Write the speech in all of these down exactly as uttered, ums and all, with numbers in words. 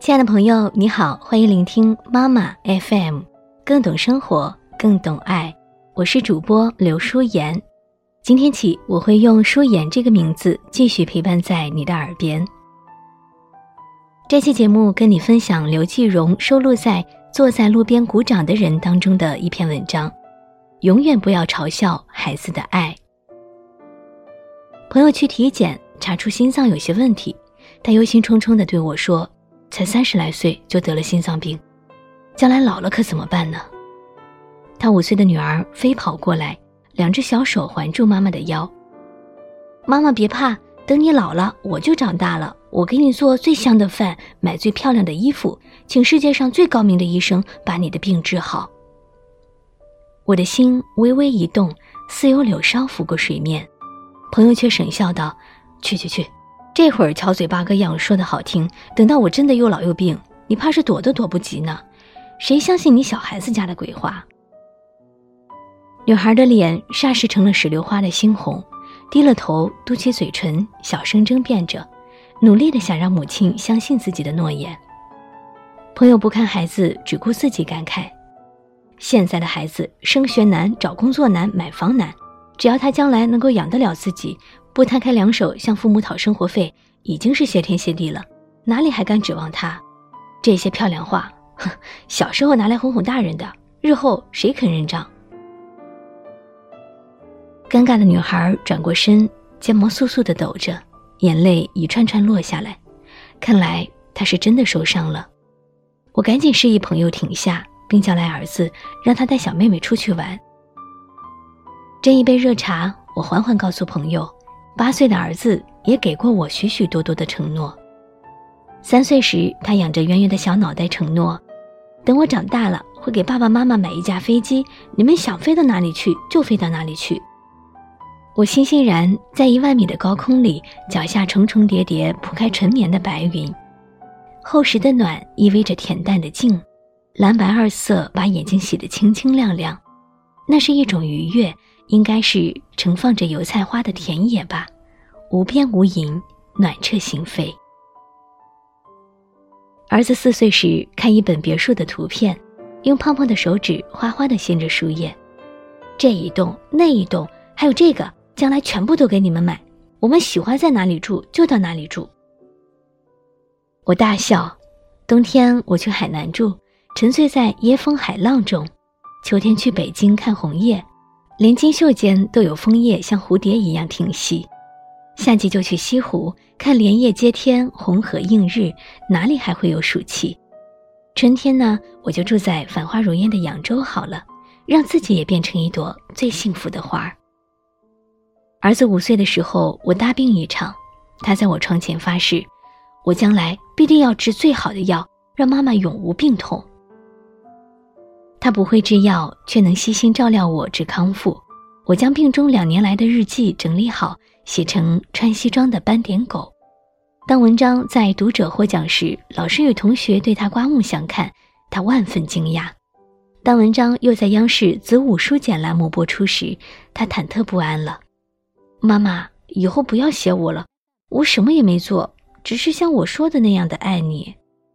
亲爱的朋友你好，欢迎聆听妈妈 F M， 更懂生活，更懂爱。我是主播刘淑妍。今天起我会用淑妍这个名字继续陪伴在你的耳边。这期节目跟你分享刘继荣收录在《坐在路边鼓掌的人》当中的一篇文章，永远不要嘲笑孩子的爱。朋友去体检查出心脏有些问题，他忧心忡忡地对我说，才三十来岁就得了心脏病，将来老了可怎么办呢？他五岁的女儿飞跑过来，两只小手环住妈妈的腰。妈妈别怕，等你老了我就长大了，我给你做最香的饭，买最漂亮的衣服，请世界上最高明的医生把你的病治好。我的心微微一动，似有柳梢拂过水面。朋友却沈笑道，去去去，这会儿巧嘴八哥样说得好听，等到我真的又老又病，你怕是躲都躲不及呢。谁相信你小孩子家的鬼话？女孩的脸霎时成了石榴花的猩红，低了头，嘟起嘴唇，小声争辩着，努力地想让母亲相信自己的诺言。朋友不看孩子，只顾自己感慨，现在的孩子升学难，找工作难，买房难，只要他将来能够养得了自己，不摊开两手向父母讨生活费，已经是谢天谢地了，哪里还敢指望他？这些漂亮话，哼，小时候拿来哄哄大人的，日后谁肯认账？尴尬的女孩转过身，睫毛簌簌地抖着，眼泪一串串落下来，看来她是真的受伤了。我赶紧示意朋友停下，并叫来儿子，让他带小妹妹出去玩。斟一杯热茶，我缓缓告诉朋友，八岁的儿子也给过我许许多多的承诺。三岁时，他仰着圆圆的小脑袋承诺，等我长大了，会给爸爸妈妈买一架飞机，你们想飞到哪里去就飞到哪里去。我欣欣然在一万米的高空里，脚下重重叠叠铺开纯棉的白云，厚实的暖依偎着恬淡的静，蓝白二色把眼睛洗得清清亮亮，那是一种愉悦，应该是盛放着油菜花的田野吧，无边无垠，暖彻心扉。儿子四岁时看一本别墅的图片，用胖胖的手指哗哗地掀着书页，这一栋那一栋还有这个，将来全部都给你们买，我们喜欢在哪里住就到哪里住。我大笑，冬天我去海南住，沉醉在椰风海浪中，秋天去北京看红叶，连金袖间都有枫叶像蝴蝶一样停息，夏季就去西湖看莲叶接天，红河映日，哪里还会有暑气？春天呢，我就住在繁花如烟的扬州好了，让自己也变成一朵最幸福的花儿。儿子五岁的时候，我大病一场，他在我床前发誓，我将来必定要治最好的药，让妈妈永无病痛。他不会制药，却能悉心照料我至康复。我将病中两年来的日记整理好，写成穿西装的斑点狗。当文章在读者获奖时，老师与同学对他刮目相看，他万分惊讶。当文章又在央视子午书简栏目播出时，他忐忑不安了。妈妈，以后不要写我了，我什么也没做，只是像我说的那样的爱你。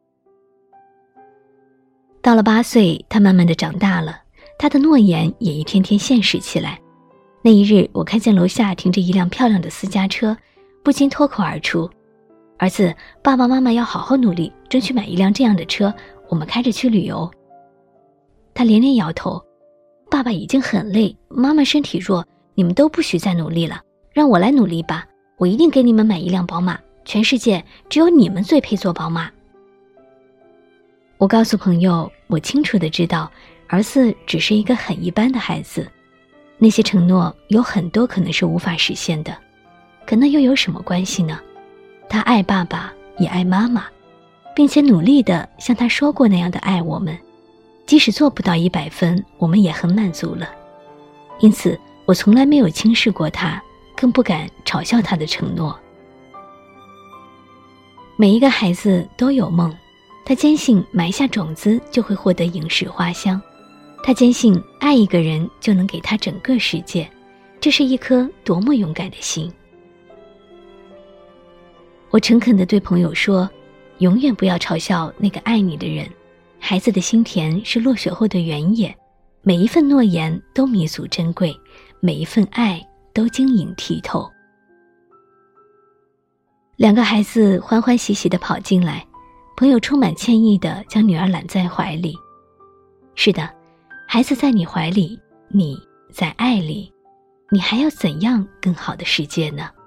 到了八岁，他慢慢的长大了，他的诺言也一天天现实起来。那一日，我看见楼下停着一辆漂亮的私家车，不禁脱口而出，儿子，爸爸妈妈要好好努力，争取买一辆这样的车，我们开着去旅游。他连连摇头，爸爸已经很累，妈妈身体弱，你们都不许再努力了，让我来努力吧，我一定给你们买一辆宝马，全世界只有你们最配坐宝马。我告诉朋友，我清楚地知道，儿子只是一个很一般的孩子，那些承诺有很多可能是无法实现的，可那又有什么关系呢？他爱爸爸，也爱妈妈，并且努力地像他说过那样的爱我们，即使做不到一百分，我们也很满足了。因此，我从来没有轻视过他，更不敢嘲笑他的承诺。每一个孩子都有梦，他坚信埋下种子就会获得影视花香，他坚信爱一个人就能给他整个世界，这是一颗多么勇敢的心。我诚恳地对朋友说， 永远不要嘲笑那个爱你的人。孩子的心甜是落雪后的原野，每一份诺言都弥足珍贵，每一份爱都晶莹剔透。两个孩子欢欢喜喜地跑进来，朋友充满歉意地将女儿揽在怀里。是的，孩子在你怀里，你在爱里，你还要怎样更好的世界呢？